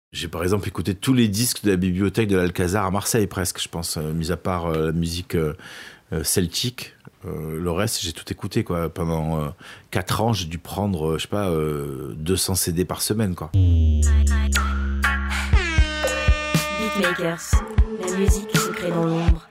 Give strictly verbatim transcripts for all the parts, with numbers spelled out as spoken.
J'ai par exemple écouté tous les disques de la bibliothèque de l'Alcazar à Marseille presque, je pense, euh, mis à part euh, la musique euh, euh, celtique. Euh, le reste, j'ai tout écouté, quoi. Pendant euh, quatre ans, j'ai dû prendre, euh, je sais pas, euh, deux cents C D par semaine, quoi. Beatmakers, la musique se crée dans l'ombre.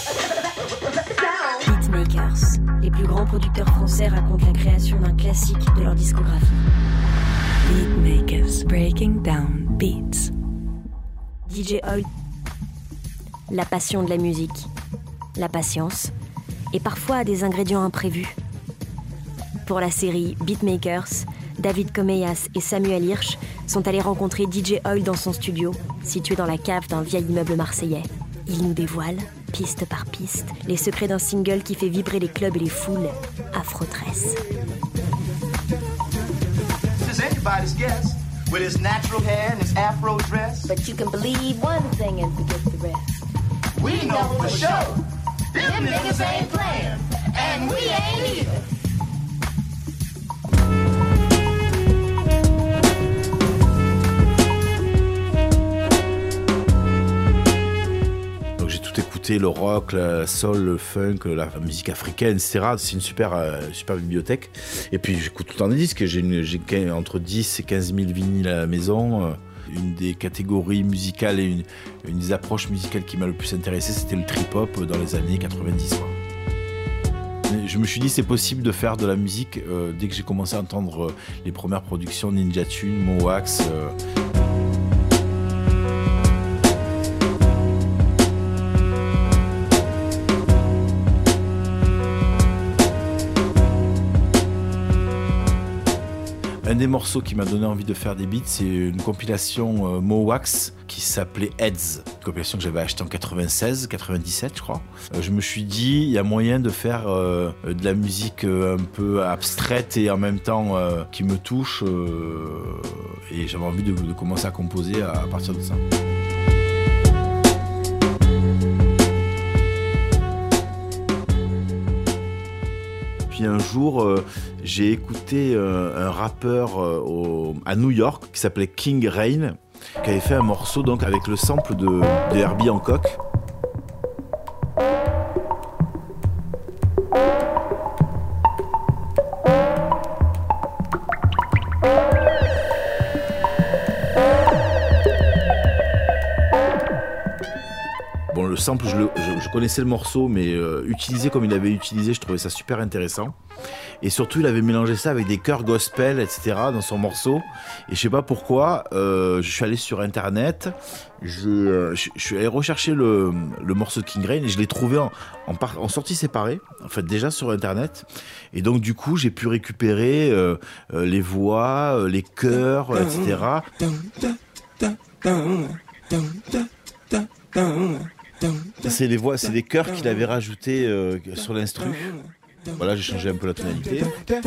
Beatmakers, les plus grands producteurs français racontent la création d'un classique de leur discographie. Beatmakers, breaking down beats. D J Oil, la passion de la musique, la patience et parfois des ingrédients imprévus. Pour la série Beatmakers, David Comeyas et Samuel Hirsch sont allés rencontrer D J Oil dans son studio, situé dans la cave d'un vieil immeuble marseillais. Il nous dévoile, piste par piste, les secrets d'un single qui fait vibrer les clubs et les foules, Afro Tress. Anybody's guess with his natural hair and his afro dress. But you can believe one thing and forget the rest. We know for sure, them niggas ain't playing, and we ain't either. Donc j'ai tout écouté, le rock, la soul, le funk, la musique africaine, et cetera. C'est une super, euh, super bibliothèque. Et puis j'écoute tout le temps des disques. J'ai, une, j'ai entre dix et quinze mille vinyles à la maison. Une des catégories musicales et une, une des approches musicales qui m'a le plus intéressé, c'était le trip-hop dans les années quatre-vingt-dix. Quoi. Je me suis dit c'est possible de faire de la musique euh, dès que j'ai commencé à entendre euh, les premières productions Ninja Tune, Mowax. Euh, Un des morceaux qui m'a donné envie de faire des beats, c'est une compilation euh, Mowax qui s'appelait Heads, une compilation que j'avais achetée en quatre-vingt-seize quatre-vingt-dix-sept je crois. Euh, je me suis dit, il y a moyen de faire euh, de la musique euh, un peu abstraite et en même temps euh, qui me touche euh, et j'avais envie de, de commencer à composer à, à partir de ça. Puis un jour, euh, j'ai écouté euh, un rappeur euh, au, à New York qui s'appelait King Rain, qui avait fait un morceau donc avec le sample de, de Herbie Hancock. Bon, le sample, je, le, je, je connaissais le morceau, mais euh, utilisé comme il avait utilisé, je trouvais ça super intéressant. Et surtout, il avait mélangé ça avec des chœurs gospel, et cetera dans son morceau. Et je sais pas pourquoi, euh, je suis allé sur Internet, je, euh, je, je suis allé rechercher le, le morceau de King Rain et je l'ai trouvé en, en, par, en sortie séparée, en fait déjà sur Internet. Et donc du coup, j'ai pu récupérer euh, euh, les voix, euh, les chœurs, et cetera. C'est les voix, c'est des chœurs qu'il avait rajoutés euh, sur l'instru. Voilà, j'ai changé un peu la tonalité.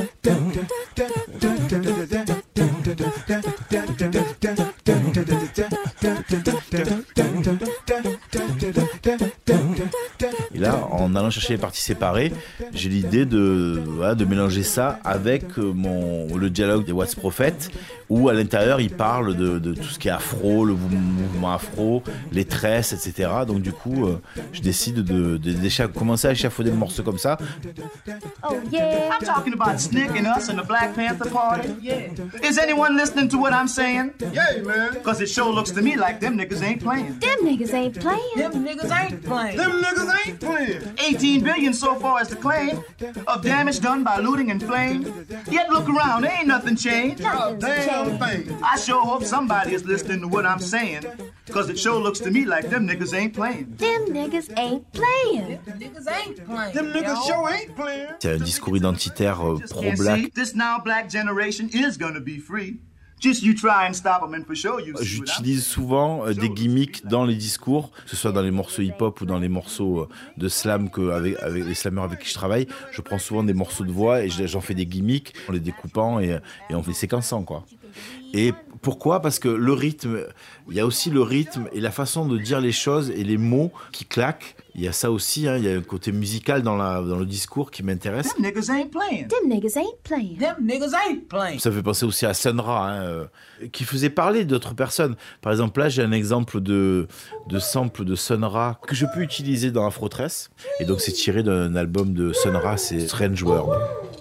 Et là, en allant chercher les parties séparées, j'ai l'idée de, voilà, de mélanger ça avec mon, le dialogue des Watts Prophet, où à l'intérieur, il parle de, de tout ce qui est afro, le mouvement afro, les tresses, et cetera. Donc du coup, euh, je décide de, de, de commencer à échafauder le morceau comme ça. Oh yeah, I'm talking about Snick and us and the Black Panther Party. Yeah. Is anyone listening to what I'm saying? Yeah, man. Cause it sure looks to me like them niggas ain't playing. Them niggas ain't playing. Them niggas ain't playing. Them niggas ain't playing. eighteen billion so far as the claim of damage done by looting and flame. Yet look around, ain't nothing changed. Nothing's Damn thing. I sure hope somebody is listening to what I'm saying. Cause it sure looks to me like them niggas ain't playing. Them niggas ain't playing. Them niggas ain't playing. Them niggas sure ain't playing. C'est un discours identitaire euh, pro-black. This now black generation is gonna be free. Just you try and stop them and for sure you. J'utilise souvent euh, des gimmicks dans les discours, que ce soit dans les morceaux hip-hop ou dans les morceaux euh, de slam que avec, avec les slammers avec qui je travaille. Je prends souvent des morceaux de voix et j'en fais des gimmicks en les découpant et, et en les séquençant, quoi. Et pourquoi ? Parce que le rythme, il y a aussi le rythme et la façon de dire les choses et les mots qui claquent. Il y a ça aussi, hein, il y a un côté musical dans, la, dans le discours qui m'intéresse. Them niggas ain't playing. Them niggas ain't playing. Them niggas ain't playing. Ça fait penser aussi à Sun Ra, hein, euh, qui faisait parler d'autres personnes. Par exemple, là, j'ai un exemple de, de sample de Sun Ra que je peux utiliser dans Afrotress. Et donc, c'est tiré d'un album de Sun Ra, c'est Strange World.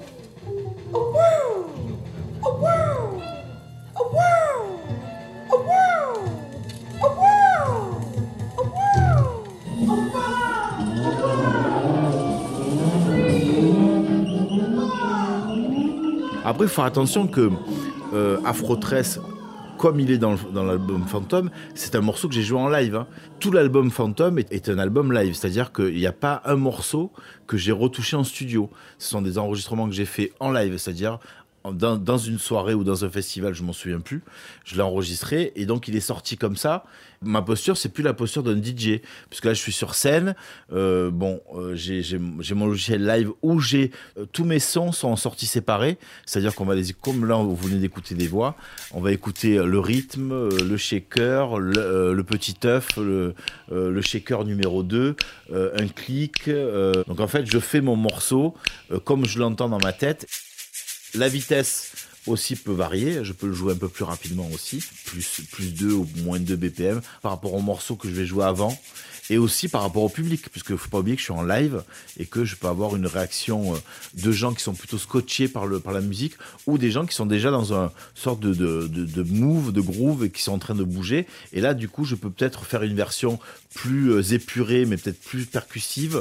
Après, il faut faire attention que euh, Afrotress, comme il est dans, le, dans l'album Phantom, c'est un morceau que j'ai joué en live. Hein. Tout l'album Phantom est, est un album live, c'est-à-dire qu'il n'y a pas un morceau que j'ai retouché en studio. Ce sont des enregistrements que j'ai faits en live, c'est-à-dire dans, dans une soirée ou dans un festival, je m'en souviens plus. Je l'ai enregistré et donc il est sorti comme ça. Ma posture, c'est plus la posture d'un D J, puisque là, je suis sur scène. Euh, bon, euh, j'ai, j'ai, j'ai mon logiciel live où j'ai euh, tous mes sons sont en sortie séparée, c'est-à-dire qu'on va les, comme là, vous venez d'écouter des voix, on va écouter le rythme, euh, le shaker, le, euh, le petit œuf, le, euh, le shaker numéro deux, euh, un clic. Euh, donc en fait, je fais mon morceau euh, comme je l'entends dans ma tête. La vitesse aussi peut varier, je peux le jouer un peu plus rapidement aussi, plus, plus deux ou moins deux B P M par rapport au morceau que je vais jouer avant et aussi par rapport au public, puisqu'il ne faut pas oublier que je suis en live et que je peux avoir une réaction de gens qui sont plutôt scotchés par, le, par la musique ou des gens qui sont déjà dans une sorte de, de, de, de move, de groove et qui sont en train de bouger. Et là, du coup, je peux peut-être faire une version plus épurée mais peut-être plus percussive.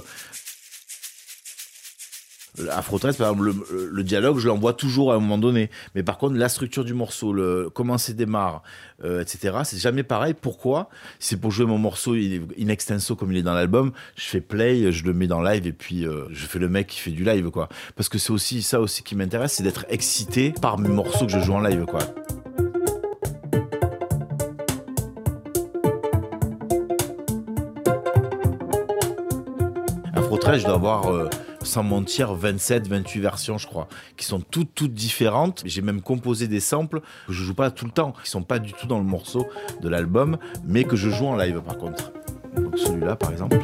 Afrotress, par exemple, le, le dialogue, je l'envoie toujours à un moment donné. Mais par contre, la structure du morceau, le, comment c'est démarre, euh, et cetera, c'est jamais pareil. Pourquoi ? C'est pour jouer mon morceau in extenso comme il est dans l'album. Je fais play, je le mets dans live et puis euh, je fais le mec qui fait du live, quoi. Parce que c'est aussi ça aussi qui m'intéresse, c'est d'être excité par mes morceaux que je joue en live, quoi. Afrotress, je dois avoir... Euh, sans mentir, vingt-sept, vingt-huit versions, je crois, qui sont toutes, toutes différentes. J'ai même composé des samples que je joue pas tout le temps, qui sont pas du tout dans le morceau de l'album, mais que je joue en live, par contre. Donc celui-là, par exemple.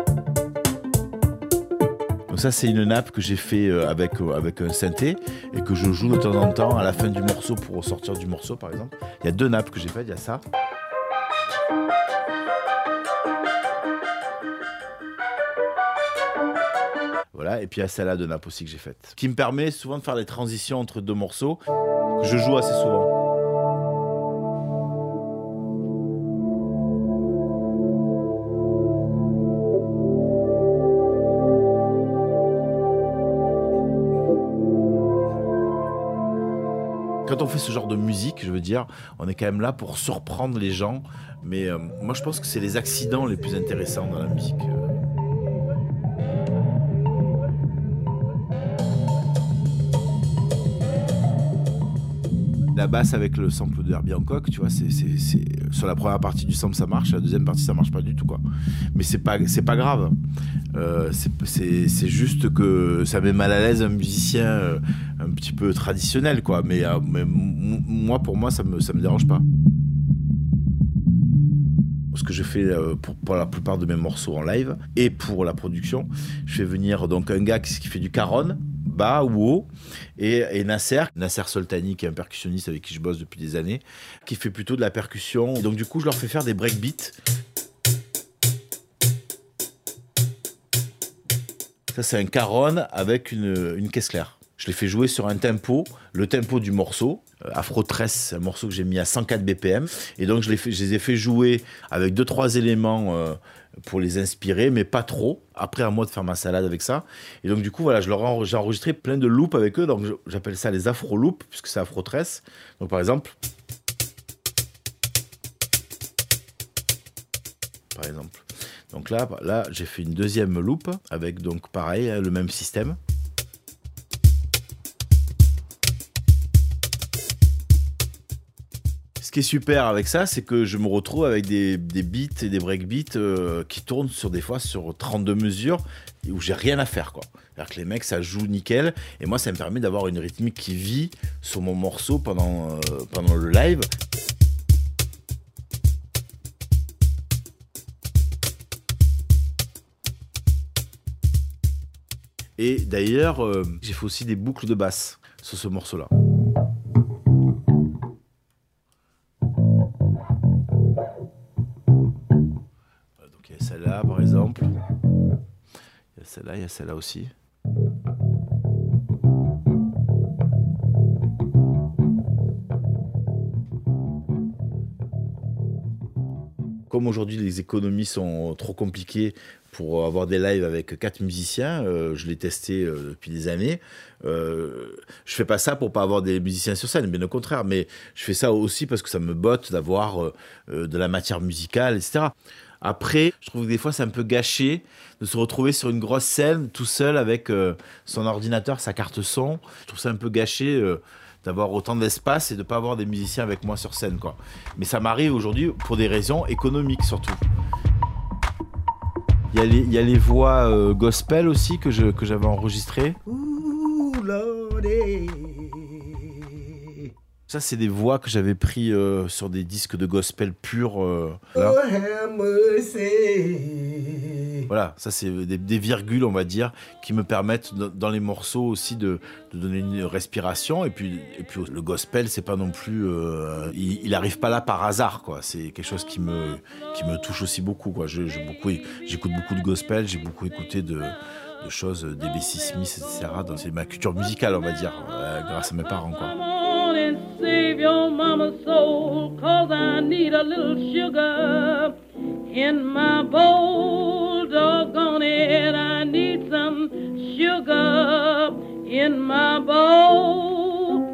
Donc ça, c'est une nappe que j'ai fait avec, avec un synthé et que je joue de temps en temps à la fin du morceau pour sortir du morceau, par exemple. Il y a deux nappes que j'ai faites, il y a ça. Voilà, et puis il y a celle-là de nappe aussi que j'ai faite, qui me permet souvent de faire les transitions entre deux morceaux, que je joue assez souvent. Quand on fait ce genre de musique, je veux dire, on est quand même là pour surprendre les gens, mais euh, moi je pense que c'est les accidents les plus intéressants dans la musique. La basse avec le sample de Herbie Hancock, tu vois, c'est, c'est, c'est... sur la première partie du sample ça marche, la deuxième partie ça marche pas du tout, quoi. Mais c'est pas, c'est pas grave. Euh, c'est, c'est, c'est juste que ça met mal à l'aise un musicien euh, un petit peu traditionnel, quoi. Mais, euh, mais m- moi, pour moi, ça me, ça me dérange pas. Ce que je fais euh, pour, pour la plupart de mes morceaux en live et pour la production, je fais venir donc un gars qui, qui fait du caron, bas ou haut, et, et Nasser, Nasser Soltani, qui est un percussionniste avec qui je bosse depuis des années, qui fait plutôt de la percussion. Et donc du coup, je leur fais faire des breakbeats. Ça, c'est un caron avec une, une caisse claire. Je les fais jouer sur un tempo, le tempo du morceau. Euh, Afrotress, c'est un morceau que j'ai mis à cent quatre B P M. Et donc, je les, fais, je les ai fait jouer avec deux, trois éléments euh, pour les inspirer, mais pas trop. Après, à moi de faire ma salade avec ça. Et donc, du coup, voilà, je leur ai, j'ai enregistré plein de loops avec eux. Donc, je, j'appelle ça les afro-loops, puisque c'est Afrotress. Donc, par exemple... Par exemple... Donc là, là, j'ai fait une deuxième loop avec, donc, pareil, le même système. Ce qui est super avec ça, c'est que je me retrouve avec des, des beats et des breakbeats euh, qui tournent sur des fois sur trente-deux mesures où j'ai rien à faire, quoi. C'est-à-dire que les mecs, ça joue nickel. Et moi, ça me permet d'avoir une rythmique qui vit sur mon morceau pendant, euh, pendant le live. Et d'ailleurs, euh, j'ai fait aussi des boucles de basse sur ce morceau-là. Donc il y a celle-là, par exemple. Il y a celle-là, il y a celle-là aussi. Comme aujourd'hui les économies sont trop compliquées pour avoir des lives avec quatre musiciens, euh, je l'ai testé euh, depuis des années. Euh, je fais pas ça pour pas avoir des musiciens sur scène, bien au contraire, mais je fais ça aussi parce que ça me botte d'avoir euh, de la matière musicale, et cetera. Après, je trouve que des fois c'est un peu gâché de se retrouver sur une grosse scène tout seul avec euh, son ordinateur, sa carte son. Je trouve ça un peu gâché. Euh, d'avoir autant d'espace et de ne pas avoir des musiciens avec moi sur scène, quoi. Mais ça m'arrive aujourd'hui pour des raisons économiques surtout. Il y a les, il y a les voix euh, gospel aussi que, je, que j'avais enregistrées. Ooh, Lordy. Ça, c'est des voix que j'avais pris euh, sur des disques de gospel purs. Euh, là. Oh, voilà, ça c'est des, des virgules, on va dire, qui me permettent de, dans les morceaux aussi de, de donner une respiration. Et puis, et puis le gospel, c'est pas non plus, euh, il, il arrive pas là par hasard, quoi. C'est quelque chose qui me, qui me touche aussi beaucoup, quoi. Je, je beaucoup, j'écoute beaucoup de gospel, j'ai beaucoup écouté de, de choses, des Bessie Smith, et cetera. Donc c'est ma culture musicale, on va dire, euh, grâce à mes parents, quoi. Save your mama's soul, cause I need a little sugar in my bowl. Doggone it, I need some sugar in my bowl.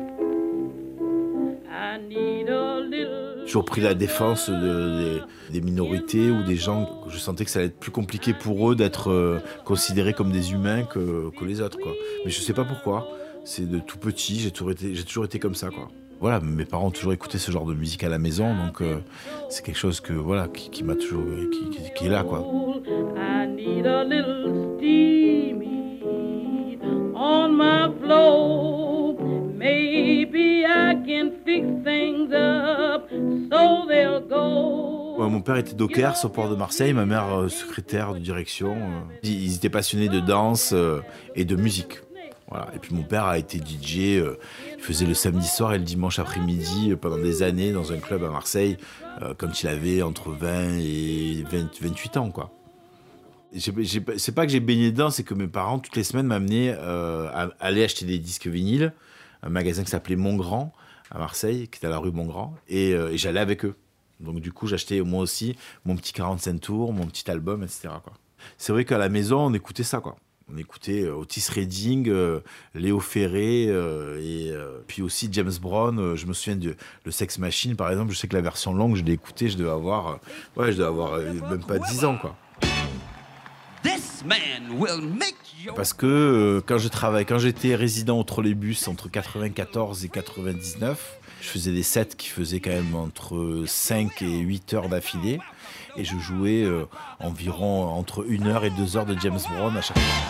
I need a little. J'ai toujours pris la défense de, de, des minorités ou des gens que je sentais que ça allait être plus compliqué pour eux d'être euh, considérés comme des humains que, que les autres, quoi. Mais je sais pas pourquoi. C'est de tout petit, j'ai toujours été, j'ai toujours été comme ça, quoi. Voilà, mes parents ont toujours écouté ce genre de musique à la maison, donc euh, c'est quelque chose que voilà qui, qui m'a toujours, qui, qui, qui est là, quoi. I need a little steamy on my floor. Maybe I can fix things up so they'll go. Ouais, mon père était docker au port de Marseille, ma mère euh, secrétaire de direction. Euh. Ils étaient passionnés de danse euh, et de musique. Voilà. Et puis mon père a été D J, euh, il faisait le samedi soir et le dimanche après-midi euh, pendant des années dans un club à Marseille, euh, quand il avait entre vingt et vingt, vingt-huit ans, quoi. J'ai, j'ai, c'est pas que j'ai baigné dedans, c'est que mes parents, toutes les semaines, m'amenaient euh, à aller acheter des disques vinyles, un magasin qui s'appelait Montgrand, à Marseille, qui était à la rue Montgrand, et, euh, et j'allais avec eux. Donc du coup, j'achetais moi aussi mon petit quarante-cinq tours, mon petit album, et cetera, quoi. C'est vrai qu'à la maison, on écoutait ça, quoi. On écoutait euh, Otis Redding, euh, Léo Ferré, euh, et euh, puis aussi James Brown. Euh, je me souviens de le Sex Machine, par exemple. Je sais que la version longue, je l'ai écouté, je devais avoir, euh, ouais, je devais avoir euh, même pas dix ans, quoi. This man will make your... Parce que euh, quand je travaillais, quand j'étais résident au trolleybus entre quatre-vingt-quatorze et quatre-vingt-dix-neuf, je faisais des sets qui faisaient quand même entre cinq et huit heures d'affilée. Et je jouais euh, environ entre une heure et deux heures de James Brown à chaque fois.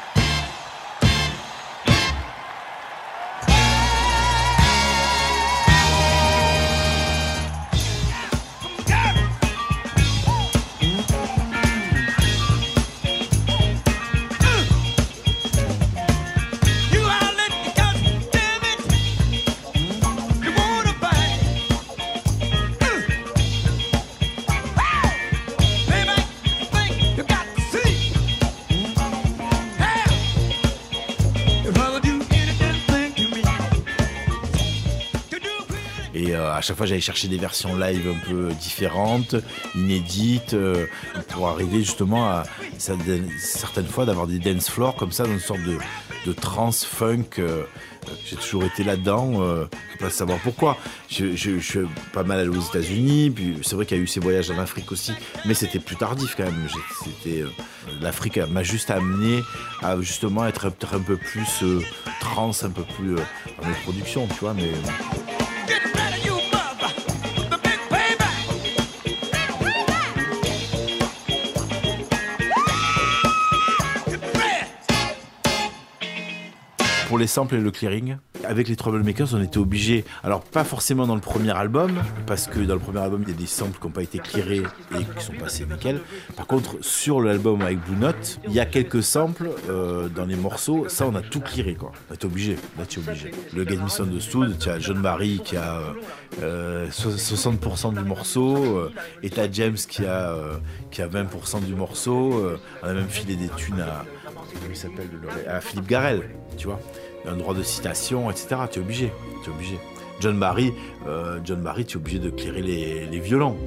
Et euh, à chaque fois, j'allais chercher des versions live un peu différentes, inédites, euh, pour arriver justement à certaines fois d'avoir des dance floors comme ça, dans une sorte de, de trance funk. Euh, j'ai toujours été là-dedans, euh, je ne peux pas savoir pourquoi. Je, je, je suis pas mal allé aux États-Unis, puis c'est vrai qu'il y a eu ces voyages en Afrique aussi, mais c'était plus tardif quand même. C'était, euh, L'Afrique m'a juste amené à justement être peut-être un peu plus euh, trance, un peu plus euh, dans mes productions, tu vois, mais. pour les samples et le clearing. Avec les Troublemakers, on était obligé, alors pas forcément dans le premier album, parce que dans le premier album, il y a des samples qui n'ont pas été clearés et qui sont passés nickel. Par contre, sur l'album avec Blue Note, il y a quelques samples euh, dans les morceaux, ça on a tout clearé quoi. On était obligé, là tu es obligé. Le Get Misunderstood, tu as John Barry qui a euh, soixante pour cent du morceau, euh, et tu as James qui a, euh, qui a vingt pour cent du morceau. Euh, on a même filé des thunes à, comment il s'appelle, à Philippe Garrel, tu vois. Un droit de citation, et cetera. Tu es obligé, tu es obligé. John Barry, euh, John Barry, tu es obligé de clearer les, les violons.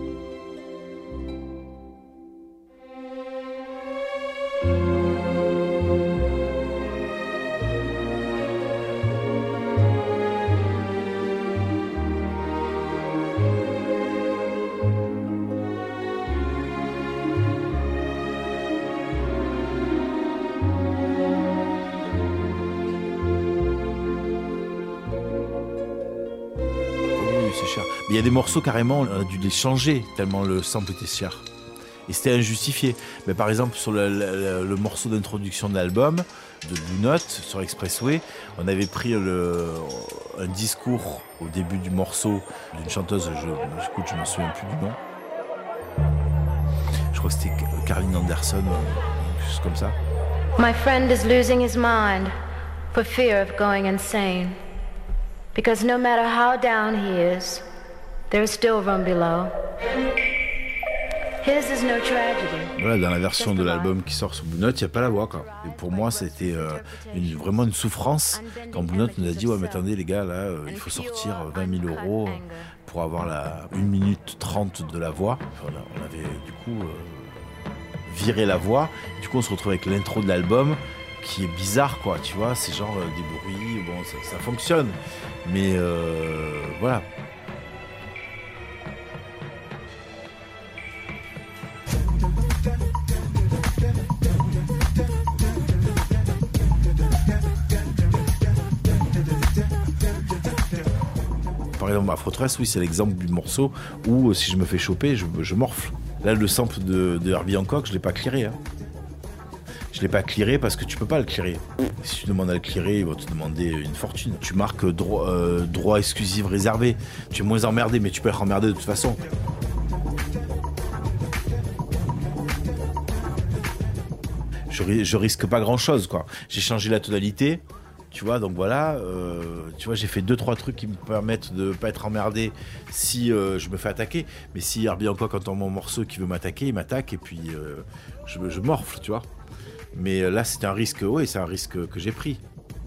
Mais il y a des morceaux carrément, on a dû les changer tellement le sample était cher. Et c'était injustifié. Mais par exemple, sur le, le, le morceau d'introduction de l'album, de Blue Note, sur Expressway, on avait pris le, un discours au début du morceau d'une chanteuse, je, écoute, je ne me souviens plus du nom. Je crois que c'était Caroline Anderson, quelque chose comme ça. My friend is losing his mind for fear of going insane. Because no matter how down he is, there is still room below. His is no tragedy. Voilà, dans la version de l'album qui sort sur Blue Note, il n'y a pas la voix, quoi. Et pour moi, c'était euh, une, vraiment une souffrance quand Blue Note nous a dit « Ouais, mais attendez, les gars, là, euh, il faut sortir vingt mille euros pour avoir la une minute trente de la voix. » Enfin, on avait, du coup, euh, viré la voix. Du coup, on se retrouve avec l'intro de l'album qui est bizarre, quoi, tu vois. C'est genre euh, des bruits, bon, ça, ça fonctionne. Mais euh, voilà. Par exemple, Afro-Tress, oui, c'est l'exemple du morceau où si je me fais choper, je, je morfle. Là, le sample de, de Herbie Hancock, je l'ai pas clearé. Hein. Je l'ai pas clearé parce que tu peux pas le clearer. Si tu demandes à le clearer, ils vont te demander une fortune. Tu marques droit, euh, droit exclusif réservé. Tu es moins emmerdé, mais tu peux être emmerdé de toute façon. Je, je risque pas grand chose, quoi. J'ai changé la tonalité. Tu vois, donc voilà, euh, tu vois, j'ai fait deux trois trucs qui me permettent de pas être emmerdé si euh, je me fais attaquer. Mais si Herbie Hancock entend mon morceau qui veut m'attaquer, il m'attaque et puis euh, je, je morfle, tu vois. Mais là, c'est un risque, oui, c'est un risque que j'ai pris.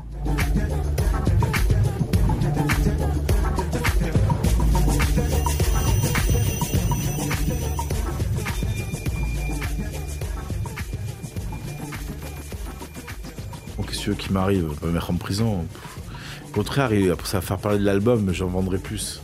Qu'est-ce qui m'arrive, on va me mettre en prison. Au contraire, après ça va faire parler de l'album, j'en vendrai plus.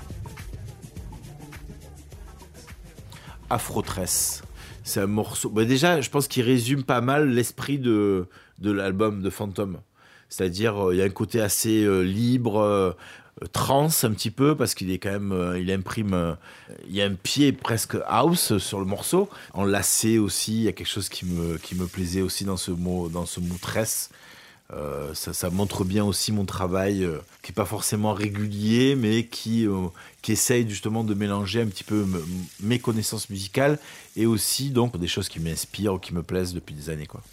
Afro-Tress, c'est un morceau. Bah déjà, je pense qu'il résume pas mal l'esprit de, de l'album de Phantom. C'est-à-dire, il y a un côté assez euh, libre, euh, trance un petit peu, parce qu'il est quand même, euh, il imprime, euh, il y a un pied presque house sur le morceau. Enlacé aussi, il y a quelque chose qui me, qui me plaisait aussi dans ce mot, dans ce mot tresse. Euh, ça, ça montre bien aussi mon travail euh, qui n'est pas forcément régulier mais qui, euh, qui essaye justement de mélanger un petit peu m- mes connaissances musicales et aussi donc des choses qui m'inspirent ou qui me plaisent depuis des années, quoi.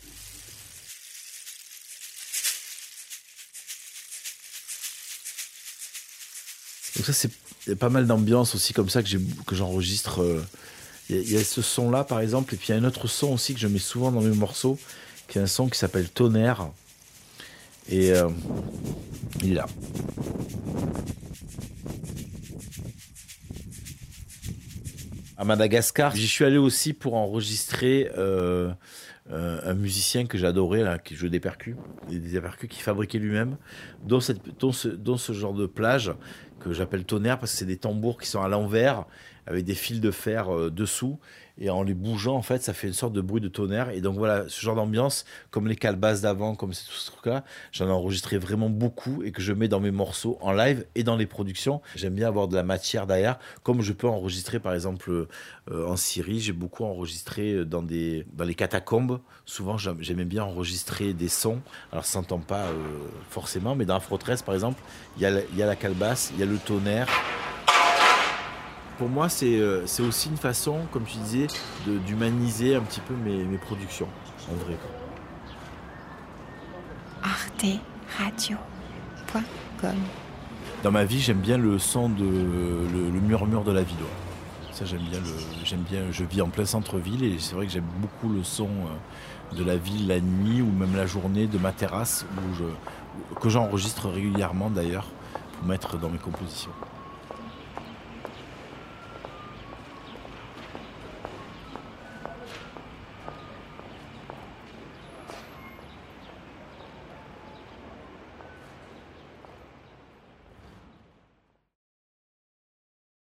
Donc ça, c'est pas mal d'ambiance aussi comme ça que, j'ai, que j'enregistre. Il euh, y, y a ce son-là par exemple, et puis il y a un autre son aussi que je mets souvent dans mes morceaux qui est un son qui s'appelle Tonnerre. Et euh, il est là. À Madagascar, j'y suis allé aussi pour enregistrer euh, euh, un musicien que j'adorais, là, qui joue des percus, des, des percus qu'il fabriquait lui-même, dont, cette, dont, ce, dont ce genre de plage que j'appelle Tonnerre parce que c'est des tambours qui sont à l'envers avec des fils de fer euh, dessous. Et en les bougeant, en fait, ça fait une sorte de bruit de tonnerre. Et donc voilà, ce genre d'ambiance, comme les calebasses d'avant, comme tout ce truc-là, j'en ai enregistré vraiment beaucoup et que je mets dans mes morceaux en live et dans les productions. J'aime bien avoir de la matière derrière, comme je peux enregistrer, par exemple, euh, en Syrie. J'ai beaucoup enregistré dans, des, dans les catacombes. Souvent, j'aimais bien enregistrer des sons. Alors, ça s'entend pas euh, forcément, mais dans Afro treize, par exemple, il y a la, il y a la calebasse, il y a le tonnerre. Pour moi, c'est, euh, c'est aussi une façon, comme tu disais, de, d'humaniser un petit peu mes, mes productions, en vrai. arte radio point com. Dans ma vie, j'aime bien le son de le, le murmure de la ville. Ouais. Ça, j'aime bien, le, j'aime bien. Je vis en plein centre-ville et c'est vrai que j'aime beaucoup le son euh, de la ville la nuit ou même la journée de ma terrasse, où je, que j'enregistre régulièrement d'ailleurs pour mettre dans mes compositions.